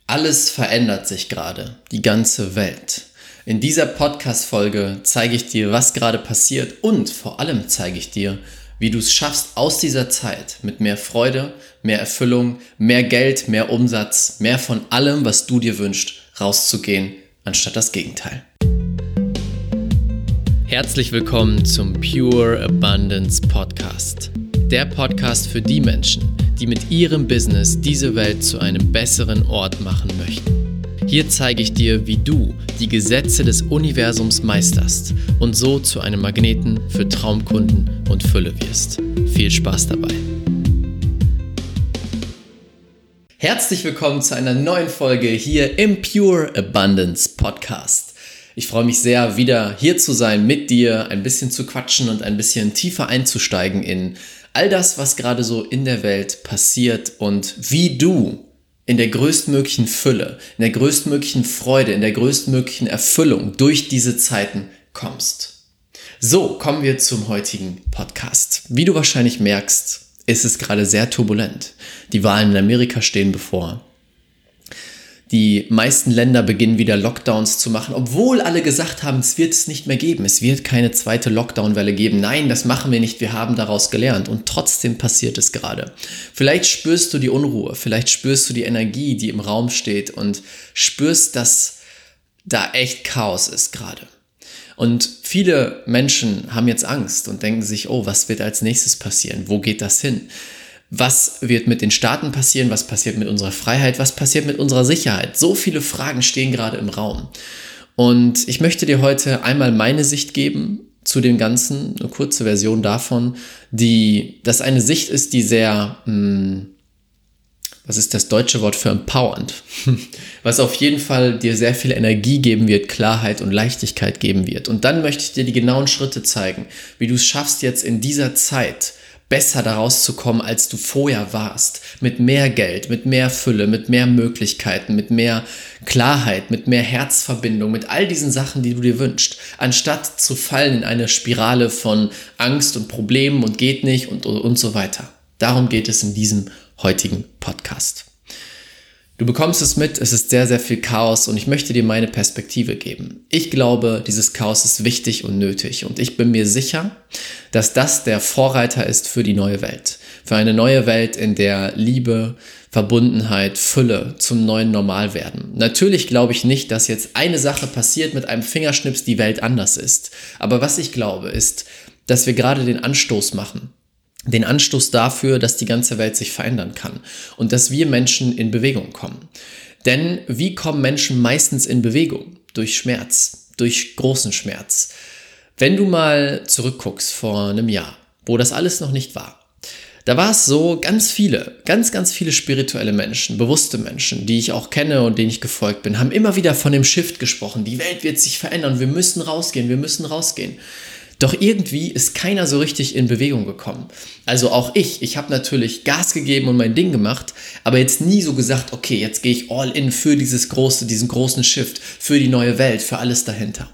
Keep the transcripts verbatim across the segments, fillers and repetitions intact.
Alles verändert sich gerade, die ganze Welt. In dieser Podcast-Folge zeige ich dir, was gerade passiert und vor allem zeige ich dir, wie du es schaffst, aus dieser Zeit mit mehr Freude, mehr Erfüllung, mehr Geld, mehr Umsatz, mehr von allem, was du dir wünschst, rauszugehen, anstatt das Gegenteil. Herzlich willkommen zum Pure Abundance Podcast. Der Podcast für die Menschen, die mit ihrem Business diese Welt zu einem besseren Ort machen möchten. Hier zeige ich dir, wie du die Gesetze des Universums meisterst und so zu einem Magneten für Traumkunden und Fülle wirst. Viel Spaß dabei! Herzlich willkommen zu einer neuen Folge hier im Pure Abundance Podcast. Ich freue mich sehr, wieder hier zu sein, mit dir ein bisschen zu quatschen und ein bisschen tiefer einzusteigen in all das, was gerade so in der Welt passiert und wie du in der größtmöglichen Fülle, in der größtmöglichen Freude, in der größtmöglichen Erfüllung durch diese Zeiten kommst. So, kommen wir zum heutigen Podcast. Wie du wahrscheinlich merkst, ist es gerade sehr turbulent. Die Wahlen in Amerika stehen bevor. Die meisten Länder beginnen wieder Lockdowns zu machen, obwohl alle gesagt haben, es wird es nicht mehr geben. Es wird keine zweite Lockdown-Welle geben. Nein, das machen wir nicht. Wir haben daraus gelernt. Und trotzdem passiert es gerade. Vielleicht spürst du die Unruhe. Vielleicht spürst du die Energie, die im Raum steht und spürst, dass da echt Chaos ist gerade. Und viele Menschen haben jetzt Angst und denken sich, oh, was wird als nächstes passieren? Wo geht das hin? Was wird mit den Staaten passieren? Was passiert mit unserer Freiheit? Was passiert mit unserer Sicherheit? So viele Fragen stehen gerade im Raum. Und ich möchte dir heute einmal meine Sicht geben zu dem Ganzen, eine kurze Version davon, die, das eine Sicht ist, die sehr, mh, was ist das deutsche Wort für empowernd? Was auf jeden Fall dir sehr viel Energie geben wird, Klarheit und Leichtigkeit geben wird. Und dann möchte ich dir die genauen Schritte zeigen, wie du es schaffst, jetzt in dieser Zeit besser daraus zu kommen, als du vorher warst. Mit mehr Geld, mit mehr Fülle, mit mehr Möglichkeiten, mit mehr Klarheit, mit mehr Herzverbindung, mit all diesen Sachen, die du dir wünschst. Anstatt zu fallen in eine Spirale von Angst und Problemen und geht nicht und, und, und so weiter. Darum geht es in diesem heutigen Podcast. Du bekommst es mit, es ist sehr, sehr viel Chaos und ich möchte dir meine Perspektive geben. Ich glaube, dieses Chaos ist wichtig und nötig und ich bin mir sicher, dass das der Vorreiter ist für die neue Welt. Für eine neue Welt, in der Liebe, Verbundenheit, Fülle zum neuen Normal werden. Natürlich glaube ich nicht, dass jetzt eine Sache passiert, mit einem Fingerschnips die Welt anders ist. Aber was ich glaube, ist, dass wir gerade den Anstoß machen. Den Anstoß dafür, dass die ganze Welt sich verändern kann und dass wir Menschen in Bewegung kommen. Denn wie kommen Menschen meistens in Bewegung? Durch Schmerz, durch großen Schmerz. Wenn du mal zurückguckst vor einem Jahr, wo das alles noch nicht war, da war es so, ganz viele, ganz, ganz viele spirituelle Menschen, bewusste Menschen, die ich auch kenne und denen ich gefolgt bin, haben immer wieder von dem Shift gesprochen. Die Welt wird sich verändern, wir müssen rausgehen, wir müssen rausgehen. Doch irgendwie ist keiner so richtig in Bewegung gekommen. Also auch ich, ich habe natürlich Gas gegeben und mein Ding gemacht, aber jetzt nie so gesagt, okay, jetzt gehe ich all in für dieses große, diesen großen Shift, für die neue Welt, für alles dahinter.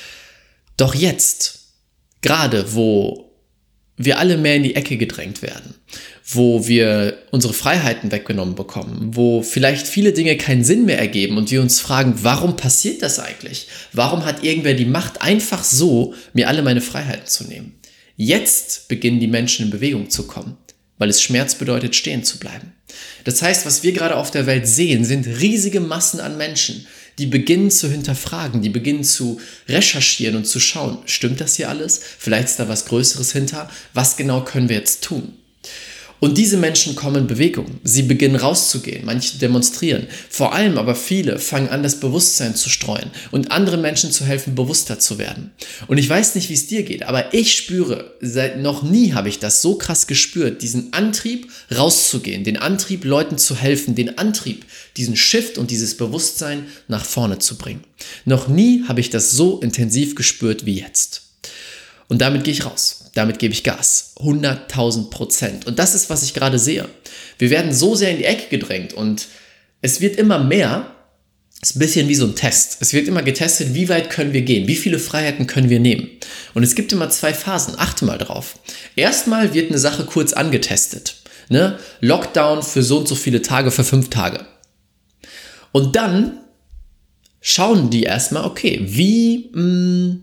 Doch jetzt, gerade wo wir alle mehr in die Ecke gedrängt werden, wo wir unsere Freiheiten weggenommen bekommen, wo vielleicht viele Dinge keinen Sinn mehr ergeben und wir uns fragen, warum passiert das eigentlich? Warum hat irgendwer die Macht, einfach so mir alle meine Freiheiten zu nehmen? Jetzt beginnen die Menschen in Bewegung zu kommen, weil es Schmerz bedeutet, stehen zu bleiben. Das heißt, was wir gerade auf der Welt sehen, sind riesige Massen an Menschen, die beginnen zu hinterfragen, die beginnen zu recherchieren und zu schauen, stimmt das hier alles? Vielleicht ist da was Größeres hinter. Was genau können wir jetzt tun? Und diese Menschen kommen in Bewegung. Sie beginnen rauszugehen, manche demonstrieren. Vor allem aber viele fangen an, das Bewusstsein zu streuen und anderen Menschen zu helfen, bewusster zu werden. Und ich weiß nicht, wie es dir geht, aber ich spüre, seit noch nie habe ich das so krass gespürt, diesen Antrieb rauszugehen, den Antrieb, Leuten zu helfen, den Antrieb, diesen Shift und dieses Bewusstsein nach vorne zu bringen. Noch nie habe ich das so intensiv gespürt wie jetzt. Und damit gehe ich raus. Damit gebe ich Gas. hunderttausend Prozent. Und das ist, was ich gerade sehe. Wir werden so sehr in die Ecke gedrängt und es wird immer mehr. Es ist ein bisschen wie so ein Test. Es wird immer getestet, wie weit können wir gehen? Wie viele Freiheiten können wir nehmen? Und es gibt immer zwei Phasen. Achte mal drauf. Erstmal wird eine Sache kurz angetestet. Ne? Lockdown für so und so viele Tage, für fünf Tage. Und dann schauen die erstmal, okay, wie, mh,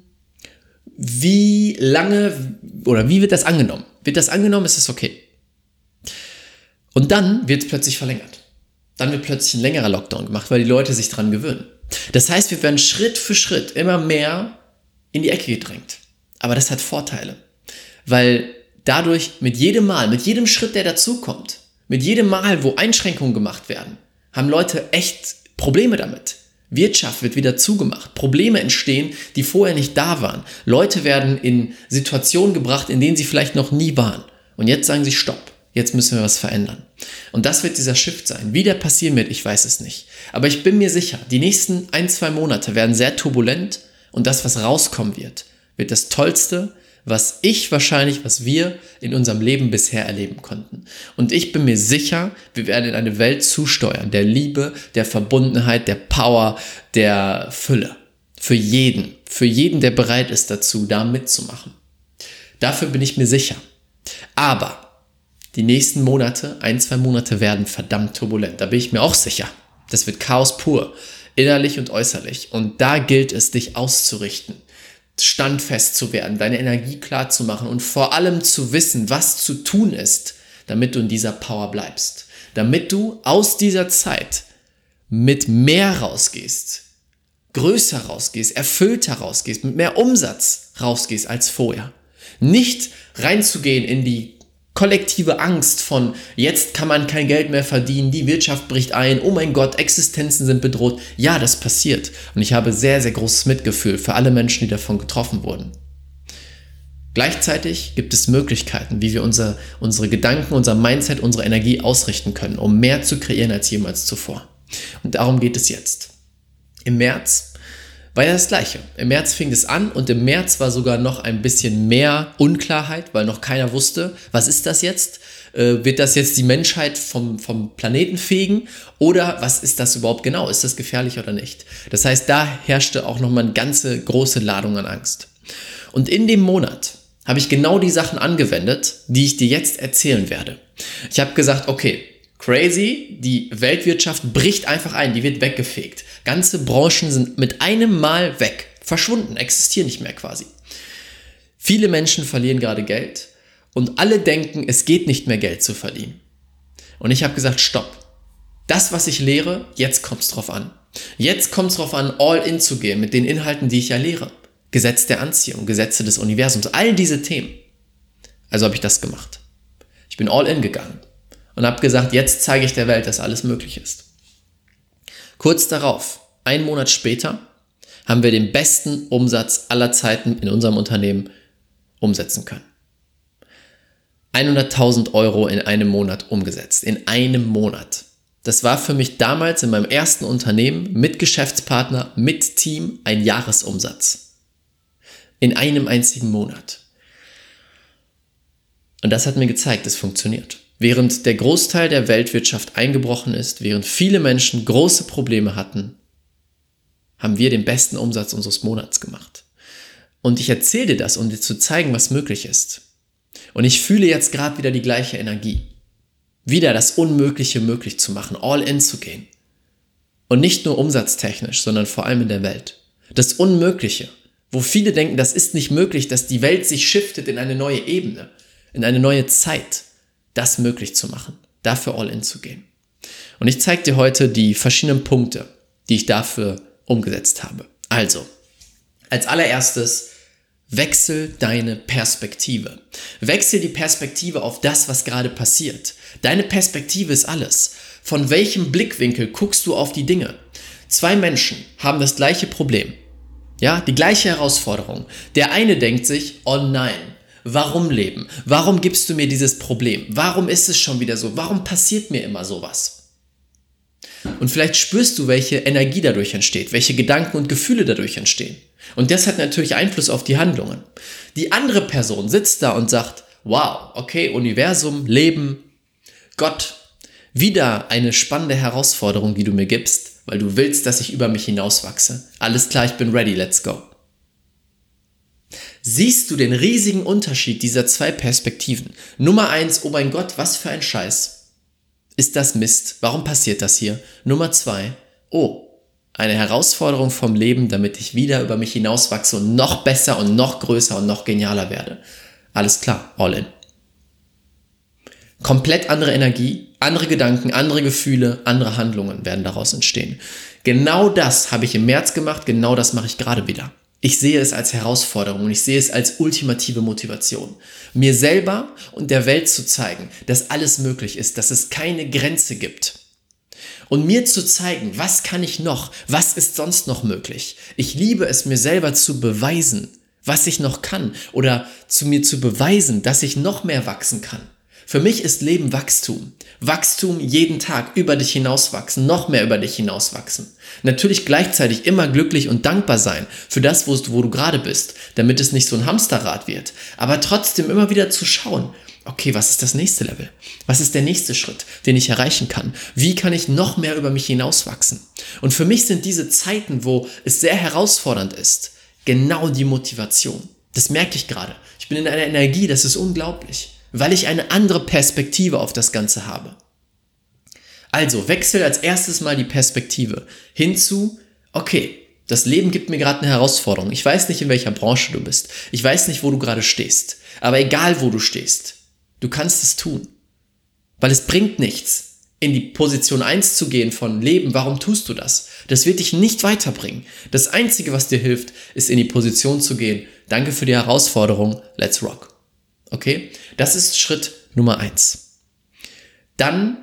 wie lange oder wie wird das angenommen? Wird das angenommen, ist das okay? Und dann wird es plötzlich verlängert. Dann wird plötzlich ein längerer Lockdown gemacht, weil die Leute sich dran gewöhnen. Das heißt, wir werden Schritt für Schritt immer mehr in die Ecke gedrängt. Aber das hat Vorteile, weil dadurch mit jedem Mal, mit jedem Schritt, der dazukommt, mit jedem Mal, wo Einschränkungen gemacht werden, haben Leute echt Probleme damit. Wirtschaft wird wieder zugemacht. Probleme entstehen, die vorher nicht da waren. Leute werden in Situationen gebracht, in denen sie vielleicht noch nie waren. Und jetzt sagen sie, stopp, jetzt müssen wir was verändern. Und das wird dieser Shift sein. Wie der passieren wird, ich weiß es nicht. Aber ich bin mir sicher, die nächsten ein, zwei Monate werden sehr turbulent und das, was rauskommen wird, wird das Tollste, was ich wahrscheinlich, was wir in unserem Leben bisher erleben konnten. Und ich bin mir sicher, wir werden in eine Welt zusteuern, der Liebe, der Verbundenheit, der Power, der Fülle. Für jeden, für jeden, der bereit ist dazu, da mitzumachen. Dafür bin ich mir sicher. Aber die nächsten Monate, ein, zwei Monate werden verdammt turbulent. Da bin ich mir auch sicher. Das wird Chaos pur, innerlich und äußerlich. Und da gilt es, dich auszurichten, standfest zu werden, deine Energie klar zu machen und vor allem zu wissen, was zu tun ist, damit du in dieser Power bleibst. Damit du aus dieser Zeit mit mehr rausgehst, größer rausgehst, erfüllter rausgehst, mit mehr Umsatz rausgehst als vorher. Nicht reinzugehen in die kollektive Angst von, jetzt kann man kein Geld mehr verdienen, die Wirtschaft bricht ein, oh mein Gott, Existenzen sind bedroht. Ja, das passiert. Und ich habe sehr, sehr großes Mitgefühl für alle Menschen, die davon getroffen wurden. Gleichzeitig gibt es Möglichkeiten, wie wir unser, unsere Gedanken, unser Mindset, unsere Energie ausrichten können, um mehr zu kreieren als jemals zuvor. Und darum geht es jetzt. Im März war ja das Gleiche. Im März fing es an und im März war sogar noch ein bisschen mehr Unklarheit, weil noch keiner wusste, was ist das jetzt? Äh, wird das jetzt die Menschheit vom, vom Planeten fegen? Oder was ist das überhaupt genau? Ist das gefährlich oder nicht? Das heißt, da herrschte auch nochmal eine ganze große Ladung an Angst. Und in dem Monat habe ich genau die Sachen angewendet, die ich dir jetzt erzählen werde. Ich habe gesagt, okay, crazy, die Weltwirtschaft bricht einfach ein, die wird weggefegt. Ganze Branchen sind mit einem Mal weg, verschwunden, existieren nicht mehr quasi. Viele Menschen verlieren gerade Geld und alle denken, es geht nicht mehr Geld zu verdienen. Und ich habe gesagt, stopp. Das, was ich lehre, jetzt kommt es drauf an. Jetzt kommt es drauf an, all in zu gehen mit den Inhalten, die ich ja lehre. Gesetz der Anziehung, Gesetze des Universums, all diese Themen. Also habe ich das gemacht. Ich bin all in gegangen. Und habe gesagt, jetzt zeige ich der Welt, dass alles möglich ist. Kurz darauf, einen Monat später, haben wir den besten Umsatz aller Zeiten in unserem Unternehmen umsetzen können. hunderttausend Euro in einem Monat umgesetzt. In einem Monat. Das war für mich damals in meinem ersten Unternehmen mit Geschäftspartner, mit Team ein Jahresumsatz. In einem einzigen Monat. Und das hat mir gezeigt, es funktioniert. Während der Großteil der Weltwirtschaft eingebrochen ist, während viele Menschen große Probleme hatten, haben wir den besten Umsatz unseres Monats gemacht. Und ich erzähle dir das, um dir zu zeigen, was möglich ist. Und ich fühle jetzt gerade wieder die gleiche Energie. Wieder das Unmögliche möglich zu machen, all in zu gehen. Und nicht nur umsatztechnisch, sondern vor allem in der Welt. Das Unmögliche, wo viele denken, das ist nicht möglich, dass die Welt sich shiftet in eine neue Ebene, in eine neue Zeit. Das möglich zu machen, dafür all in zu gehen. Und ich zeige dir heute die verschiedenen Punkte, die ich dafür umgesetzt habe. Also, als allererstes, wechsel deine Perspektive. Wechsel die Perspektive auf das, was gerade passiert. Deine Perspektive ist alles. Von welchem Blickwinkel guckst du auf die Dinge? Zwei Menschen haben das gleiche Problem. Ja, die gleiche Herausforderung. Der eine denkt sich, oh nein, warum leben? Warum gibst du mir dieses Problem? Warum ist es schon wieder so? Warum passiert mir immer sowas? Und vielleicht spürst du, welche Energie dadurch entsteht, welche Gedanken und Gefühle dadurch entstehen. Und das hat natürlich Einfluss auf die Handlungen. Die andere Person sitzt da und sagt, wow, okay, Universum, Leben, Gott, wieder eine spannende Herausforderung, die du mir gibst, weil du willst, dass ich über mich hinauswachse. Alles klar, ich bin ready, let's go. Siehst du den riesigen Unterschied dieser zwei Perspektiven? Nummer eins, oh mein Gott, was für ein Scheiß. Ist das Mist? Warum passiert das hier? Nummer zwei, oh, eine Herausforderung vom Leben, damit ich wieder über mich hinauswachse und noch besser und noch größer und noch genialer werde. Alles klar, all in. Komplett andere Energie, andere Gedanken, andere Gefühle, andere Handlungen werden daraus entstehen. Genau das habe ich im März gemacht, genau das mache ich gerade wieder. Ich sehe es als Herausforderung und ich sehe es als ultimative Motivation. Mir selber und der Welt zu zeigen, dass alles möglich ist, dass es keine Grenze gibt. Und mir zu zeigen, was kann ich noch, was ist sonst noch möglich. Ich liebe es, mir selber zu beweisen, was ich noch kann oder zu mir zu beweisen, dass ich noch mehr wachsen kann. Für mich ist Leben Wachstum. Wachstum jeden Tag, über dich hinauswachsen, noch mehr über dich hinauswachsen. Natürlich gleichzeitig immer glücklich und dankbar sein für das, wo du gerade bist, damit es nicht so ein Hamsterrad wird. Aber trotzdem immer wieder zu schauen, okay, was ist das nächste Level? Was ist der nächste Schritt, den ich erreichen kann? Wie kann ich noch mehr über mich hinauswachsen? Und für mich sind diese Zeiten, wo es sehr herausfordernd ist, genau die Motivation. Das merke ich gerade. Ich bin in einer Energie, das ist unglaublich, weil ich eine andere Perspektive auf das Ganze habe. Also wechsel als erstes mal die Perspektive hinzu, okay, das Leben gibt mir gerade eine Herausforderung. Ich weiß nicht, in welcher Branche du bist. Ich weiß nicht, wo du gerade stehst. Aber egal, wo du stehst, du kannst es tun. Weil es bringt nichts, in die Position eins zu gehen von Leben. Warum tust du das? Das wird dich nicht weiterbringen. Das Einzige, was dir hilft, ist in die Position zu gehen. Danke für die Herausforderung. Let's rock. Okay? Das ist Schritt Nummer eins. Dann,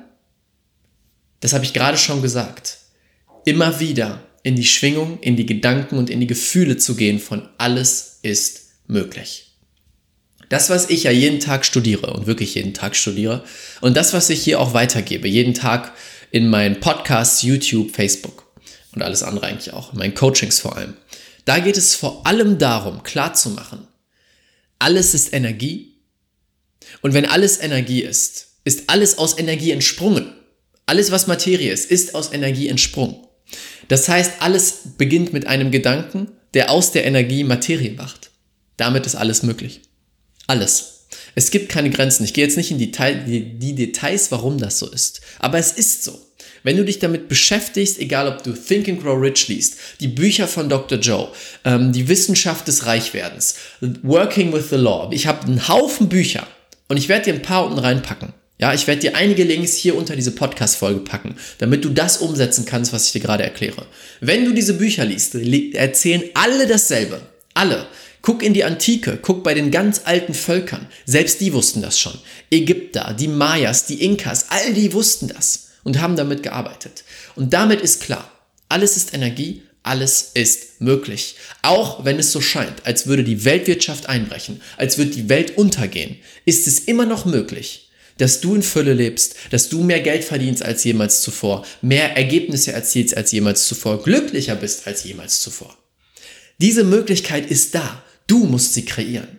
das habe ich gerade schon gesagt, immer wieder in die Schwingung, in die Gedanken und in die Gefühle zu gehen von alles ist möglich. Das, was ich ja jeden Tag studiere und wirklich jeden Tag studiere und das, was ich hier auch weitergebe, jeden Tag in meinen Podcasts, YouTube, Facebook und alles andere eigentlich auch, in meinen Coachings vor allem, da geht es vor allem darum, klarzumachen, alles ist Energie und wenn alles Energie ist, ist alles aus Energie entsprungen. Alles, was Materie ist, ist aus Energie entsprungen. Das heißt, alles beginnt mit einem Gedanken, der aus der Energie Materie macht. Damit ist alles möglich. Alles. Es gibt keine Grenzen. Ich gehe jetzt nicht in die, Teil, die, die Details, warum das so ist. Aber es ist so. Wenn du dich damit beschäftigst, egal ob du Think and Grow Rich liest, die Bücher von Doktor Joe, ähm, die Wissenschaft des Reichwerdens, Working with the Law. Ich habe einen Haufen Bücher und ich werde dir ein paar unten reinpacken. Ja, ich werde dir einige Links hier unter diese Podcast-Folge packen, damit du das umsetzen kannst, was ich dir gerade erkläre. Wenn du diese Bücher liest, erzählen alle dasselbe. Alle. Guck in die Antike, guck bei den ganz alten Völkern. Selbst die wussten das schon. Ägypter, die Mayas, die Inkas, all die wussten das und haben damit gearbeitet. Und damit ist klar, alles ist Energie, alles ist möglich. Auch wenn es so scheint, als würde die Weltwirtschaft einbrechen, als würde die Welt untergehen, ist es immer noch möglich, dass du in Fülle lebst, dass du mehr Geld verdienst als jemals zuvor, mehr Ergebnisse erzielst als jemals zuvor, glücklicher bist als jemals zuvor. Diese Möglichkeit ist da. Du musst sie kreieren.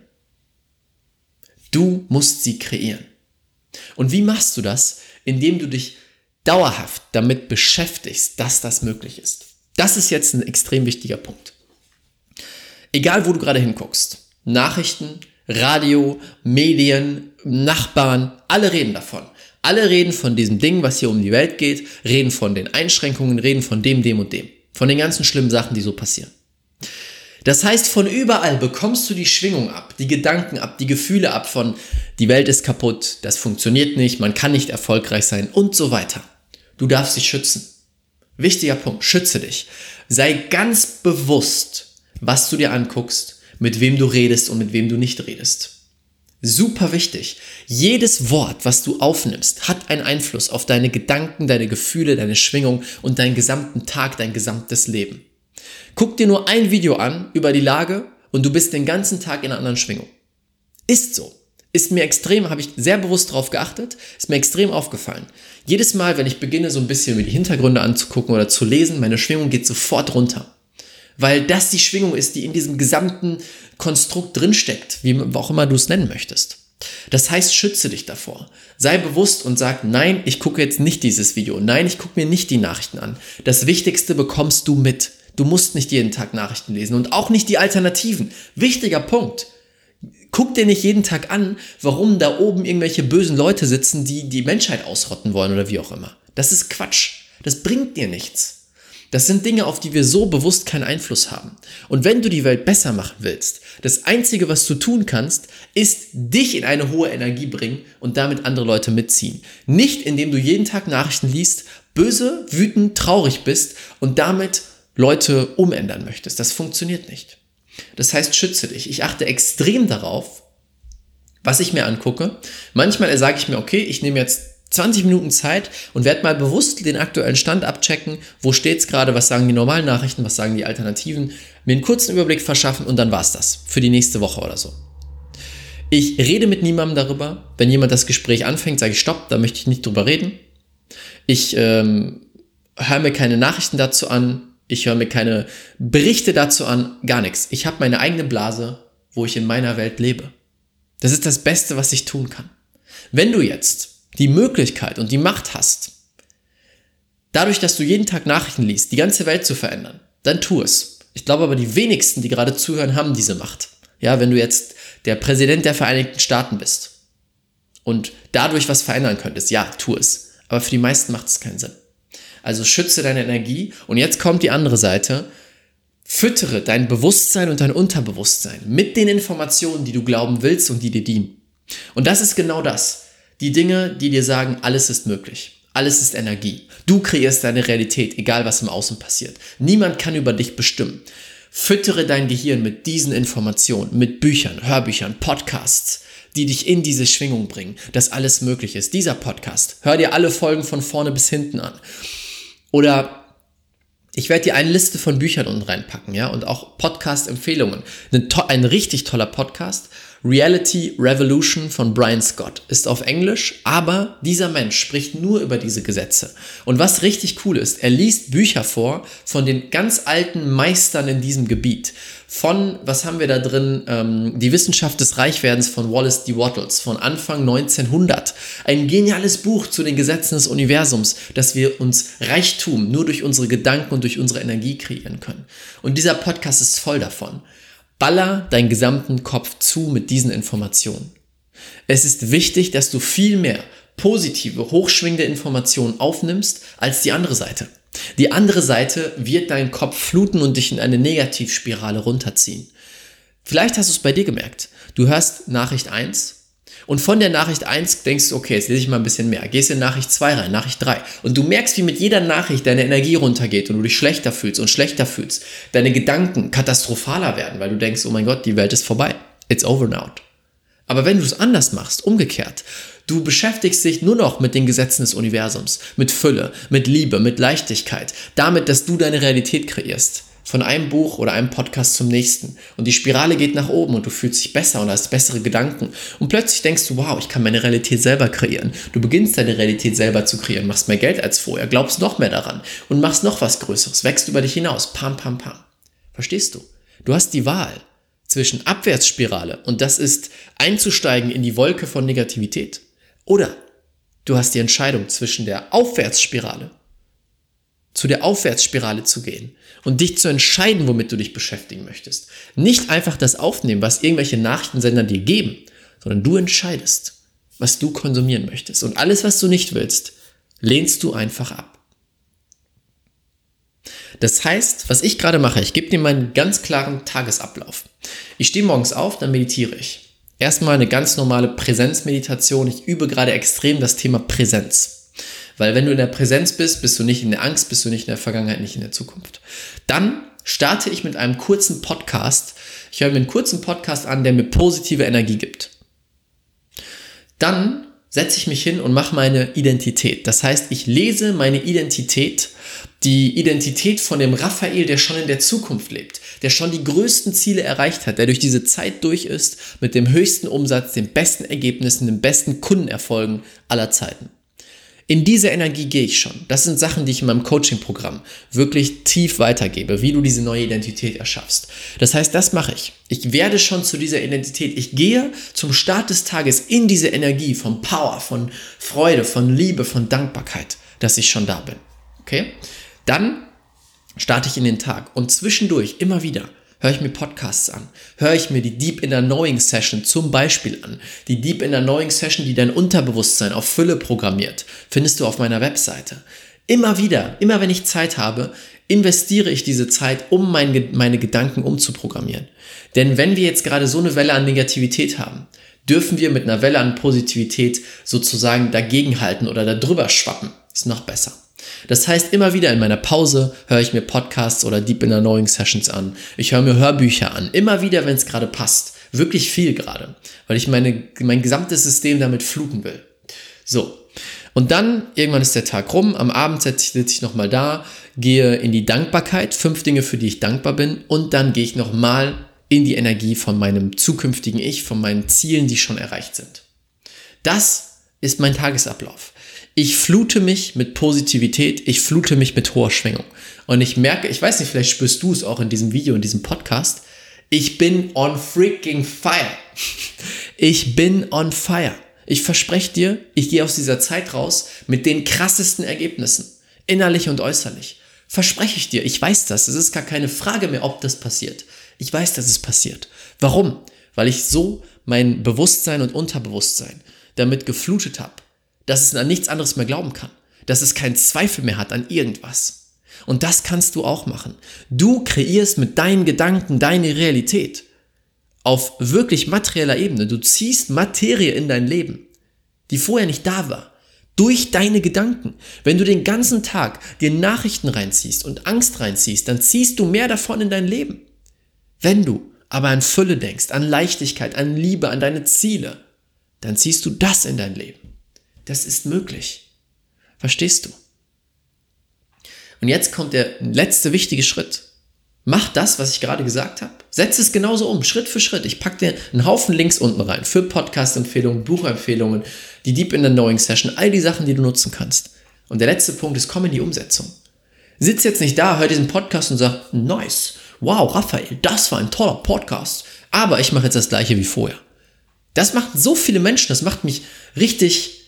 Du musst sie kreieren. Und wie machst du das? Indem du dich dauerhaft damit beschäftigst, dass das möglich ist. Das ist jetzt ein extrem wichtiger Punkt. Egal, wo du gerade hinguckst, Nachrichten, Radio, Medien, Nachbarn, alle reden davon. Alle reden von diesem Ding, was hier um die Welt geht, reden von den Einschränkungen, reden von dem, dem und dem. Von den ganzen schlimmen Sachen, die so passieren. Das heißt, von überall bekommst du die Schwingung ab, die Gedanken ab, die Gefühle ab von die Welt ist kaputt, das funktioniert nicht, man kann nicht erfolgreich sein und so weiter. Du darfst dich schützen. Wichtiger Punkt, schütze dich. Sei ganz bewusst, was du dir anguckst, mit wem du redest und mit wem du nicht redest. Super wichtig. Jedes Wort, was du aufnimmst, hat einen Einfluss auf deine Gedanken, deine Gefühle, deine Schwingung und deinen gesamten Tag, dein gesamtes Leben. Guck dir nur ein Video an über die Lage und du bist den ganzen Tag in einer anderen Schwingung. Ist so. Ist mir extrem, habe ich sehr bewusst drauf geachtet, ist mir extrem aufgefallen. Jedes Mal, wenn ich beginne, so ein bisschen mir die Hintergründe anzugucken oder zu lesen, meine Schwingung geht sofort runter. Weil das die Schwingung ist, die in diesem gesamten Konstrukt drinsteckt, wie auch immer du es nennen möchtest. Das heißt, schütze dich davor. Sei bewusst und sag, nein, ich gucke jetzt nicht dieses Video. Nein, ich gucke mir nicht die Nachrichten an. Das Wichtigste bekommst du mit. Du musst nicht jeden Tag Nachrichten lesen und auch nicht die Alternativen. Wichtiger Punkt. Guck dir nicht jeden Tag an, warum da oben irgendwelche bösen Leute sitzen, die die Menschheit ausrotten wollen oder wie auch immer. Das ist Quatsch. Das bringt dir nichts. Das sind Dinge, auf die wir so bewusst keinen Einfluss haben. Und wenn du die Welt besser machen willst, das Einzige, was du tun kannst, ist dich in eine hohe Energie bringen und damit andere Leute mitziehen. Nicht, indem du jeden Tag Nachrichten liest, böse, wütend, traurig bist und damit Leute umändern möchtest. Das funktioniert nicht. Das heißt, schütze dich. Ich achte extrem darauf, was ich mir angucke. Manchmal sage ich mir, okay, ich nehme jetzt zwanzig Minuten Zeit und werde mal bewusst den aktuellen Stand abchecken, wo steht es gerade, was sagen die normalen Nachrichten, was sagen die Alternativen, mir einen kurzen Überblick verschaffen und dann war es das für die nächste Woche oder so. Ich rede mit niemandem darüber. Wenn jemand das Gespräch anfängt, sage ich stopp, da möchte ich nicht drüber reden. Ich ähm, höre mir keine Nachrichten dazu an, ich höre mir keine Berichte dazu an, gar nichts. Ich habe meine eigene Blase, wo ich in meiner Welt lebe. Das ist das Beste, was ich tun kann. Wenn du jetzt die Möglichkeit und die Macht hast, dadurch, dass du jeden Tag Nachrichten liest, die ganze Welt zu verändern, dann tu es. Ich glaube aber, die wenigsten, die gerade zuhören, haben diese Macht. Ja, wenn du jetzt der Präsident der Vereinigten Staaten bist und dadurch was verändern könntest, ja, tu es. Aber für die meisten macht es keinen Sinn. Also schütze deine Energie und jetzt kommt die andere Seite. Füttere dein Bewusstsein und dein Unterbewusstsein mit den Informationen, die du glauben willst und die dir dienen. Und das ist genau das. Die Dinge, die dir sagen, alles ist möglich. Alles ist Energie. Du kreierst deine Realität, egal was im Außen passiert. Niemand kann über dich bestimmen. Füttere dein Gehirn mit diesen Informationen, mit Büchern, Hörbüchern, Podcasts, die dich in diese Schwingung bringen, dass alles möglich ist. Dieser Podcast, hör dir alle Folgen von vorne bis hinten an. Oder ich werde dir eine Liste von Büchern unten reinpacken, ja, und auch Podcast-Empfehlungen. Ein, to- ein richtig toller Podcast, Reality Revolution von Brian Scott, ist auf Englisch, aber dieser Mensch spricht nur über diese Gesetze. Und was richtig cool ist, er liest Bücher vor von den ganz alten Meistern in diesem Gebiet. Von, was haben wir da drin, ähm, die Wissenschaft des Reichwerdens von Wallace D. Wattles von Anfang neunzehnhundert. Ein geniales Buch zu den Gesetzen des Universums, dass wir uns Reichtum nur durch unsere Gedanken und durch unsere Energie kreieren können. Und dieser Podcast ist voll davon. Baller deinen gesamten Kopf zu mit diesen Informationen. Es ist wichtig, dass du viel mehr positive, hochschwingende Informationen aufnimmst als die andere Seite. Die andere Seite wird deinen Kopf fluten und dich in eine Negativspirale runterziehen. Vielleicht hast du es bei dir gemerkt. Du hörst Nachricht eins und von der Nachricht eins denkst du, okay, jetzt lese ich mal ein bisschen mehr. Gehst in Nachricht zwei rein, Nachricht drei und du merkst, wie mit jeder Nachricht deine Energie runtergeht und du dich schlechter fühlst und schlechter fühlst. Deine Gedanken katastrophaler werden, weil du denkst, oh mein Gott, die Welt ist vorbei. It's over now. Aber wenn du es anders machst, umgekehrt, du beschäftigst dich nur noch mit den Gesetzen des Universums, mit Fülle, mit Liebe, mit Leichtigkeit, damit, dass du deine Realität kreierst. Von einem Buch oder einem Podcast zum nächsten. Und die Spirale geht nach oben und du fühlst dich besser und hast bessere Gedanken. Und plötzlich denkst du, wow, ich kann meine Realität selber kreieren. Du beginnst deine Realität selber zu kreieren, machst mehr Geld als vorher, glaubst noch mehr daran und machst noch was Größeres, wächst über dich hinaus. Pam, pam, pam. Verstehst du? Du hast die Wahl zwischen Abwärtsspirale und das ist einzusteigen in die Wolke von Negativität. Oder du hast die Entscheidung zwischen der Aufwärtsspirale zu der Aufwärtsspirale zu gehen und dich zu entscheiden, womit du dich beschäftigen möchtest. Nicht einfach das aufnehmen, was irgendwelche Nachrichtensender dir geben, sondern du entscheidest, was du konsumieren möchtest. Und alles, was du nicht willst, lehnst du einfach ab. Das heißt, was ich gerade mache, ich gebe dir meinen ganz klaren Tagesablauf. Ich stehe morgens auf, dann meditiere ich. Erstmal eine ganz normale Präsenzmeditation. Ich übe gerade extrem das Thema Präsenz. Weil wenn du in der Präsenz bist, bist du nicht in der Angst, bist du nicht in der Vergangenheit, nicht in der Zukunft. Dann starte ich mit einem kurzen Podcast. Ich höre mir einen kurzen Podcast an, der mir positive Energie gibt. Dann setze ich mich hin und mache meine Identität. Das heißt, ich lese meine Identität, die Identität von dem Raphael, der schon in der Zukunft lebt, der schon die größten Ziele erreicht hat, der durch diese Zeit durch ist, mit dem höchsten Umsatz, den besten Ergebnissen, den besten Kundenerfolgen aller Zeiten. In diese Energie gehe ich schon. Das sind Sachen, die ich in meinem Coaching-Programm wirklich tief weitergebe, wie du diese neue Identität erschaffst. Das heißt, das mache ich. Ich werde schon zu dieser Identität. Ich gehe zum Start des Tages in diese Energie von Power, von Freude, von Liebe, von Dankbarkeit, dass ich schon da bin. Okay? Dann starte ich in den Tag und zwischendurch immer wieder höre ich mir Podcasts an, höre ich mir die Deep Inner Knowing Session zum Beispiel an. Die Deep Inner Knowing Session, die dein Unterbewusstsein auf Fülle programmiert, findest du auf meiner Webseite. Immer wieder, immer wenn ich Zeit habe, investiere ich diese Zeit, um mein, meine Gedanken umzuprogrammieren. Denn wenn wir jetzt gerade so eine Welle an Negativität haben, dürfen wir mit einer Welle an Positivität sozusagen dagegenhalten oder da drüber schwappen. Ist noch besser. Das heißt, immer wieder in meiner Pause höre ich mir Podcasts oder Deep Inner Knowing Sessions an. Ich höre mir Hörbücher an. Immer wieder, wenn es gerade passt. Wirklich viel gerade. Weil ich meine, mein gesamtes System damit fluten will. So. Und dann, irgendwann ist der Tag rum. Am Abend sitze ich nochmal da, gehe in die Dankbarkeit. Fünf Dinge, für die ich dankbar bin. Und dann gehe ich nochmal in die Energie von meinem zukünftigen Ich, von meinen Zielen, die schon erreicht sind. Das ist mein Tagesablauf. Ich flute mich mit Positivität, ich flute mich mit hoher Schwingung. Und ich merke, ich weiß nicht, vielleicht spürst du es auch in diesem Video, in diesem Podcast, ich bin on freaking fire. Ich bin on fire. Ich verspreche dir, ich gehe aus dieser Zeit raus mit den krassesten Ergebnissen, innerlich und äußerlich. Verspreche ich dir, ich weiß das, es ist gar keine Frage mehr, ob das passiert. Ich weiß, dass es passiert. Warum? Weil ich so mein Bewusstsein und Unterbewusstsein damit geflutet habe, dass es an nichts anderes mehr glauben kann, dass es keinen Zweifel mehr hat an irgendwas. Und das kannst du auch machen. Du kreierst mit deinen Gedanken deine Realität auf wirklich materieller Ebene. Du ziehst Materie in dein Leben, die vorher nicht da war, durch deine Gedanken. Wenn du den ganzen Tag dir Nachrichten reinziehst und Angst reinziehst, dann ziehst du mehr davon in dein Leben. Wenn du aber an Fülle denkst, an Leichtigkeit, an Liebe, an deine Ziele, dann ziehst du das in dein Leben. Das ist möglich. Verstehst du? Und jetzt kommt der letzte wichtige Schritt. Mach das, was ich gerade gesagt habe. Setz es genauso um, Schritt für Schritt. Ich packe dir einen Haufen Links unten rein für Podcast-Empfehlungen, Buchempfehlungen, die Deep Inner Knowing Session, all die Sachen, die du nutzen kannst. Und der letzte Punkt ist, komm in die Umsetzung. Sitz jetzt nicht da, hör diesen Podcast und sag, nice, wow, Raphael, das war ein toller Podcast, aber ich mache jetzt das Gleiche wie vorher. Das macht so viele Menschen, das macht mich richtig,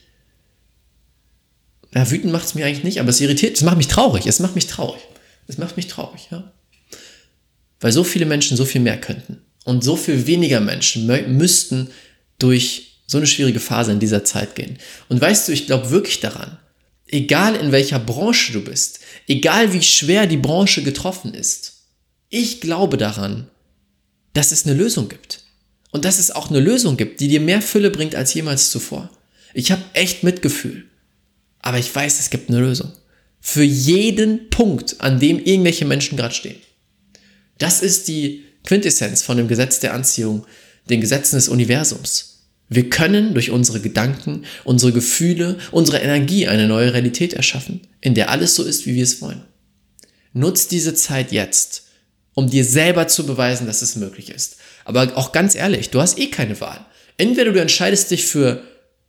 ja, wütend macht es mich eigentlich nicht, aber es irritiert, es macht mich traurig, es macht mich traurig, es macht mich traurig, ja. Weil so viele Menschen so viel mehr könnten und so viel weniger Menschen mö- müssten durch so eine schwierige Phase in dieser Zeit gehen. Und weißt du, ich glaube wirklich daran, egal in welcher Branche du bist, egal wie schwer die Branche getroffen ist, ich glaube daran, dass es eine Lösung gibt. Und dass es auch eine Lösung gibt, die dir mehr Fülle bringt als jemals zuvor. Ich habe echt Mitgefühl. Aber ich weiß, es gibt eine Lösung. Für jeden Punkt, an dem irgendwelche Menschen gerade stehen. Das ist die Quintessenz von dem Gesetz der Anziehung, den Gesetzen des Universums. Wir können durch unsere Gedanken, unsere Gefühle, unsere Energie eine neue Realität erschaffen, in der alles so ist, wie wir es wollen. Nutz diese Zeit jetzt, um dir selber zu beweisen, dass es möglich ist. Aber auch ganz ehrlich, du hast eh keine Wahl. Entweder du entscheidest dich für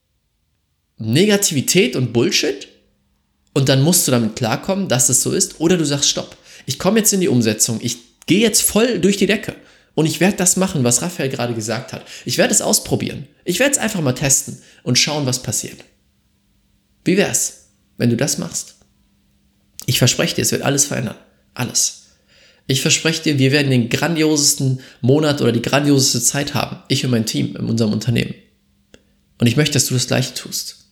Negativität und Bullshit und dann musst du damit klarkommen, dass es so ist, oder du sagst, stopp, ich komme jetzt in die Umsetzung, ich gehe jetzt voll durch die Decke und ich werde das machen, was Raphael gerade gesagt hat. Ich werde es ausprobieren. Ich werde es einfach mal testen und schauen, was passiert. Wie wär's, wenn du das machst? Ich verspreche dir, es wird alles verändern. Alles. Ich verspreche dir, wir werden den grandiosesten Monat oder die grandioseste Zeit haben. Ich und mein Team in unserem Unternehmen. Und ich möchte, dass du das Gleiche tust.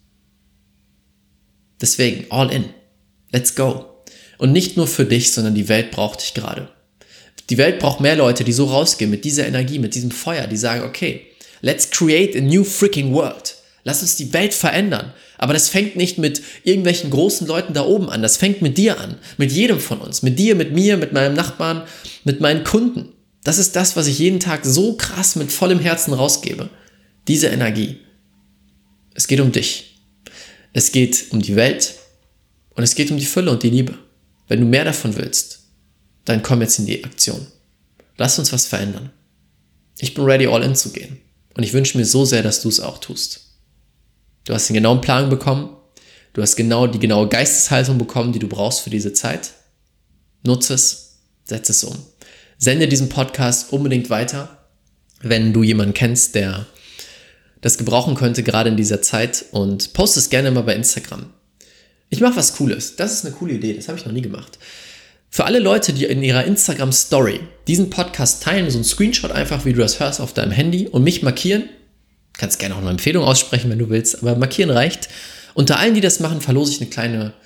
Deswegen, all in. Let's go. Und nicht nur für dich, sondern die Welt braucht dich gerade. Die Welt braucht mehr Leute, die so rausgehen mit dieser Energie, mit diesem Feuer, die sagen, okay, let's create a new freaking world. Lass uns die Welt verändern. Aber das fängt nicht mit irgendwelchen großen Leuten da oben an. Das fängt mit dir an. Mit jedem von uns. Mit dir, mit mir, mit meinem Nachbarn, mit meinen Kunden. Das ist das, was ich jeden Tag so krass mit vollem Herzen rausgebe. Diese Energie. Es geht um dich. Es geht um die Welt. Und es geht um die Fülle und die Liebe. Wenn du mehr davon willst, dann komm jetzt in die Aktion. Lass uns was verändern. Ich bin ready, all in zu gehen. Und ich wünsche mir so sehr, dass du es auch tust. Du hast den genauen Plan bekommen. Du hast genau die genaue Geisteshaltung bekommen, die du brauchst für diese Zeit. Nutze es, setze es um. Sende diesen Podcast unbedingt weiter, wenn du jemanden kennst, der das gebrauchen könnte, gerade in dieser Zeit. Und poste es gerne mal bei Instagram. Ich mache was Cooles. Das ist eine coole Idee. Das habe ich noch nie gemacht. Für alle Leute, die in ihrer Instagram-Story diesen Podcast teilen, so ein Screenshot einfach, wie du das hörst, auf deinem Handy und mich markieren. Kannst gerne auch eine Empfehlung aussprechen, wenn du willst, aber markieren reicht. Unter allen, die das machen, verlose ich eine kleine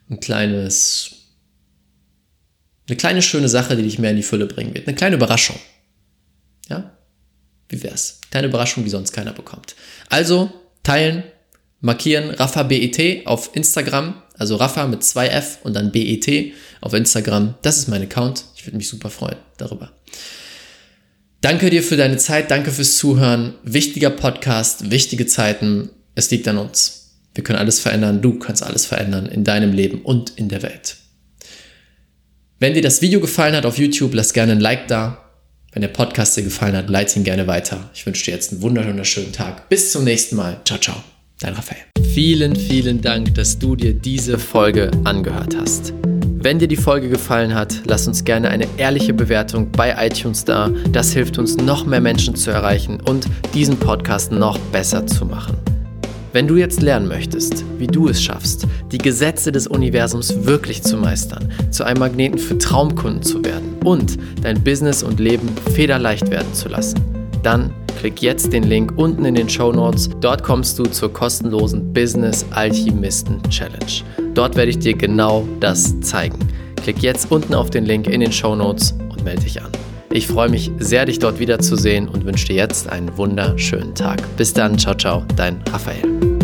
ein kleines, eine kleine schöne Sache, die dich mehr in die Fülle bringen wird. Eine kleine Überraschung. Ja? Wie wär's? Kleine Überraschung, die sonst keiner bekommt. Also teilen, markieren, Rafa B E T auf Instagram, also Rafa mit zwei F und dann B E T auf Instagram. Das ist mein Account. Ich würde mich super freuen darüber. Danke dir für deine Zeit, danke fürs Zuhören. Wichtiger Podcast, wichtige Zeiten. Es liegt an uns. Wir können alles verändern, du kannst alles verändern in deinem Leben und in der Welt. Wenn dir das Video gefallen hat auf YouTube, lass gerne ein Like da. Wenn der Podcast dir gefallen hat, leite ihn gerne weiter. Ich wünsche dir jetzt einen wunderschönen Tag. Bis zum nächsten Mal. Ciao, ciao. Dein Raphael. Vielen, vielen Dank, dass du dir diese Folge angehört hast. Wenn dir die Folge gefallen hat, lass uns gerne eine ehrliche Bewertung bei iTunes da. Das hilft uns, noch mehr Menschen zu erreichen und diesen Podcast noch besser zu machen. Wenn du jetzt lernen möchtest, wie du es schaffst, die Gesetze des Universums wirklich zu meistern, zu einem Magneten für Traumkunden zu werden und dein Business und Leben federleicht werden zu lassen, dann klick jetzt den Link unten in den Shownotes. Dort kommst du zur kostenlosen Business Alchemisten Challenge. Dort werde ich dir genau das zeigen. Klick jetzt unten auf den Link in den Shownotes und melde dich an. Ich freue mich sehr, dich dort wiederzusehen und wünsche dir jetzt einen wunderschönen Tag. Bis dann, ciao, ciao, dein Raphael.